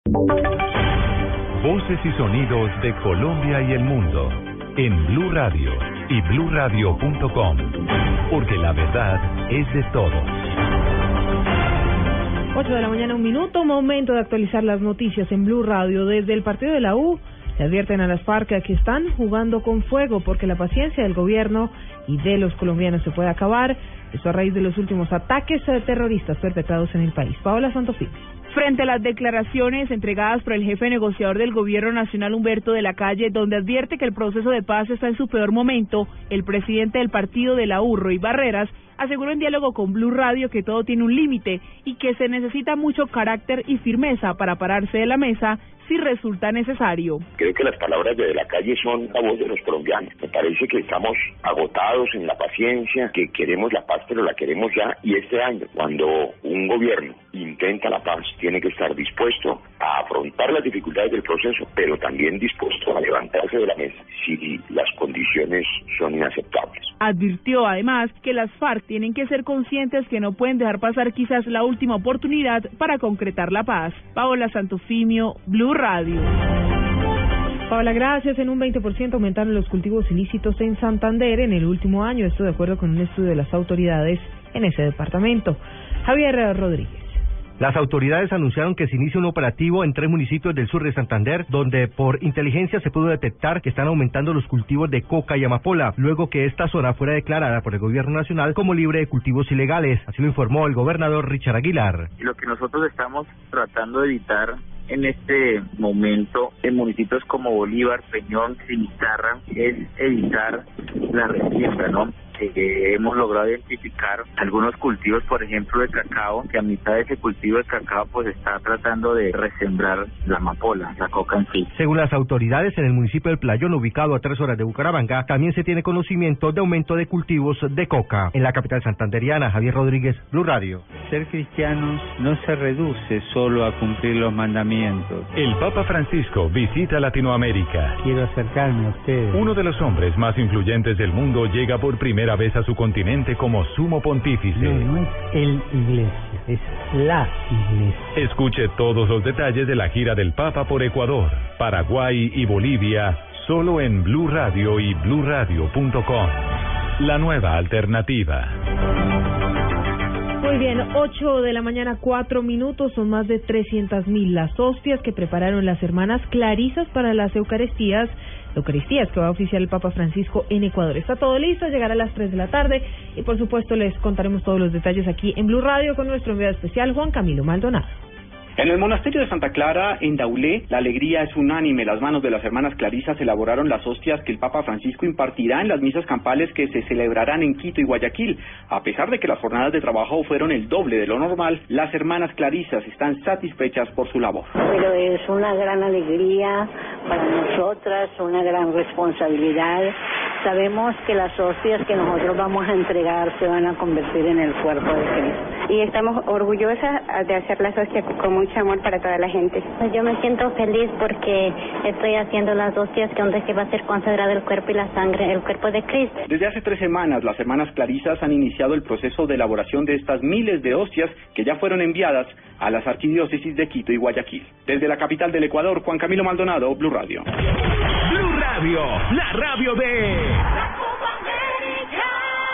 Voces y sonidos de Colombia y el mundo en Blue Radio y bluradio.com, porque la verdad es de todos. 8 de la mañana, 1 minuto, momento de actualizar las noticias en Blue Radio. Desde el partido de la U se advierten a las FARC que están jugando con fuego porque la paciencia del gobierno y de los colombianos se puede acabar. Esto a raíz de los últimos ataques terroristas perpetrados en el país. Paola Santofimio. Frente a las declaraciones entregadas por el jefe negociador del Gobierno Nacional, Humberto de la Calle, donde advierte que el proceso de paz está en su peor momento, el presidente del partido de la U, Roy Barreras, aseguró en diálogo con Blue Radio que todo tiene un límite y que se necesita mucho carácter y firmeza para pararse de la mesa si resulta necesario. Creo que las palabras de la Calle son la voz de los colombianos. Me parece que estamos agotados en la paciencia, que queremos la paz, pero la queremos ya. Y este año, cuando un gobierno intenta la paz, tiene que estar dispuesto a afrontar las dificultades del proceso, pero también dispuesto a levantarse de la mesa si las condiciones son inaceptables. Advirtió además que las FARC tienen que ser conscientes que no pueden dejar pasar quizás la última oportunidad para concretar la paz. Paola Santofimio, Blue Radio. Paola, gracias. En un 20% aumentaron los cultivos ilícitos en Santander en el último año, esto de acuerdo con un estudio de las autoridades en ese departamento. Javier Rodríguez. Las autoridades anunciaron que se inicia un operativo en 3 municipios del sur de Santander, donde por inteligencia se pudo detectar que están aumentando los cultivos de coca y amapola, luego que esta zona fuera declarada por el gobierno nacional como libre de cultivos ilegales. Así lo informó el gobernador Richard Aguilar. Lo que nosotros estamos tratando de evitar en este momento en municipios como Bolívar, Peñón, Cimitarra es evitar la resiembra, ¿no? Hemos logrado identificar algunos cultivos, por ejemplo, de cacao, que a mitad de ese cultivo de cacao pues está tratando de resembrar la amapola, la coca en sí. Según las autoridades, en el municipio del Playón, ubicado a 3 horas de Bucaramanga, también se tiene conocimiento de aumento de cultivos de coca. En la capital santanderiana, Javier Rodríguez, Blue Radio. Ser cristiano no se reduce solo a cumplir los mandamientos. El Papa Francisco visita Latinoamérica. Quiero acercarme a ustedes. Uno de los hombres más influyentes del mundo llega por primera vez a su continente como sumo pontífice. No es el iglesia, es la iglesia. Escuche todos los detalles de la gira del Papa por Ecuador, Paraguay y Bolivia, solo en Blue Radio y bluradio.com. La nueva alternativa. Muy bien, 8 de la mañana, 4 minutos, son más de 300.000 las hostias que prepararon las hermanas Clarisas para las Eucaristías que va a oficiar el Papa Francisco en Ecuador. Está todo listo, llegará a las 3 de la tarde y por supuesto les contaremos todos los detalles aquí en Blue Radio con nuestro enviado especial Juan Camilo Maldonado. En el monasterio de Santa Clara, en Daulé, la alegría es unánime. Las manos de las hermanas Clarisas elaboraron las hostias que el Papa Francisco impartirá en las misas campales que se celebrarán en Quito y Guayaquil. A pesar de que las jornadas de trabajo fueron el doble de lo normal, las hermanas Clarisas están satisfechas por su labor. Pero es una gran alegría para nosotras, una gran responsabilidad. Sabemos que las hostias que nosotros vamos a entregar se van a convertir en el cuerpo de Cristo. Y estamos orgullosas de hacer las hostias con mucho amor para toda la gente. Pues yo me siento feliz porque estoy haciendo las hostias donde se va a ser consagrado el cuerpo y la sangre, el cuerpo de Cristo. Desde hace 3 semanas, las hermanas Clarisas han iniciado el proceso de elaboración de estas miles de hostias que ya fueron enviadas a las arquidiócesis de Quito y Guayaquil. Desde la capital del Ecuador, Juan Camilo Maldonado, Blue Radio. Blue Radio, la radio de... La Copa América.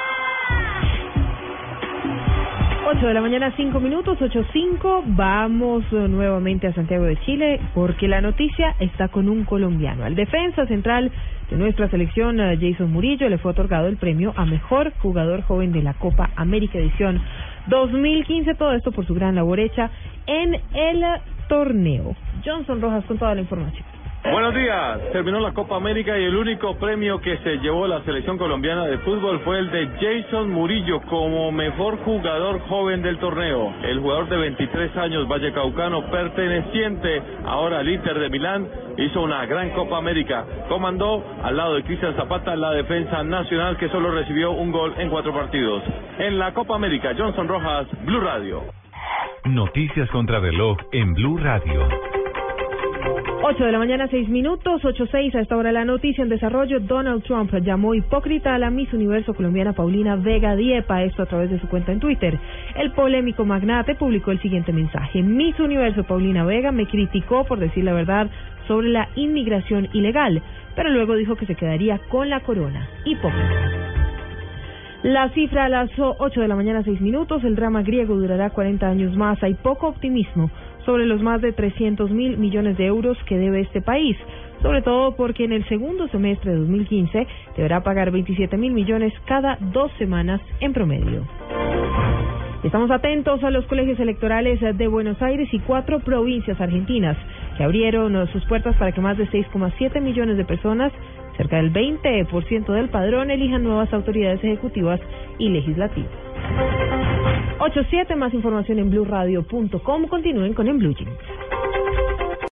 8 de la mañana, 5 minutos, 8:05. Vamos nuevamente a Santiago de Chile porque la noticia está con un colombiano. Al defensa central de nuestra selección, Jason Murillo, le fue otorgado el premio a Mejor Jugador Joven de la Copa América edición 2015. Todo esto por su gran labor hecha en el torneo. Johnson Rojas con toda la información. Buenos días. Terminó la Copa América y el único premio que se llevó la selección colombiana de fútbol fue el de Jason Murillo como mejor jugador joven del torneo. El jugador de 23 años vallecaucano perteneciente ahora al Inter de Milán hizo una gran Copa América. Comandó al lado de Cristian Zapata la defensa nacional que solo recibió un gol en 4 partidos. En la Copa América, Johnson Rojas, Blue Radio. Noticias contra reloj en Blue Radio. 8 de la mañana, 6 minutos, 8:06 a esta hora la noticia en desarrollo. Donald Trump llamó hipócrita a la Miss Universo colombiana Paulina Vega Diepa, esto a través de su cuenta en Twitter. El polémico magnate publicó el siguiente mensaje: Miss Universo Paulina Vega me criticó por decir la verdad sobre la inmigración ilegal, pero luego dijo que se quedaría con la corona. Hipócrita. La cifra a las 8 de la mañana, 6 minutos. El drama griego durará 40 años más. Hay poco optimismo sobre los más de 300.000 millones de euros que debe este país, sobre todo porque en el segundo semestre de 2015 deberá pagar 27.000 millones cada 2 semanas en promedio. Estamos atentos a los colegios electorales de Buenos Aires y 4 provincias argentinas que abrieron sus puertas para que más de 6,7 millones de personas, cerca del 20% del padrón, elijan nuevas autoridades ejecutivas y legislativas. 8:07, más información en blurradio.com. Continúen con En Blue Jeans.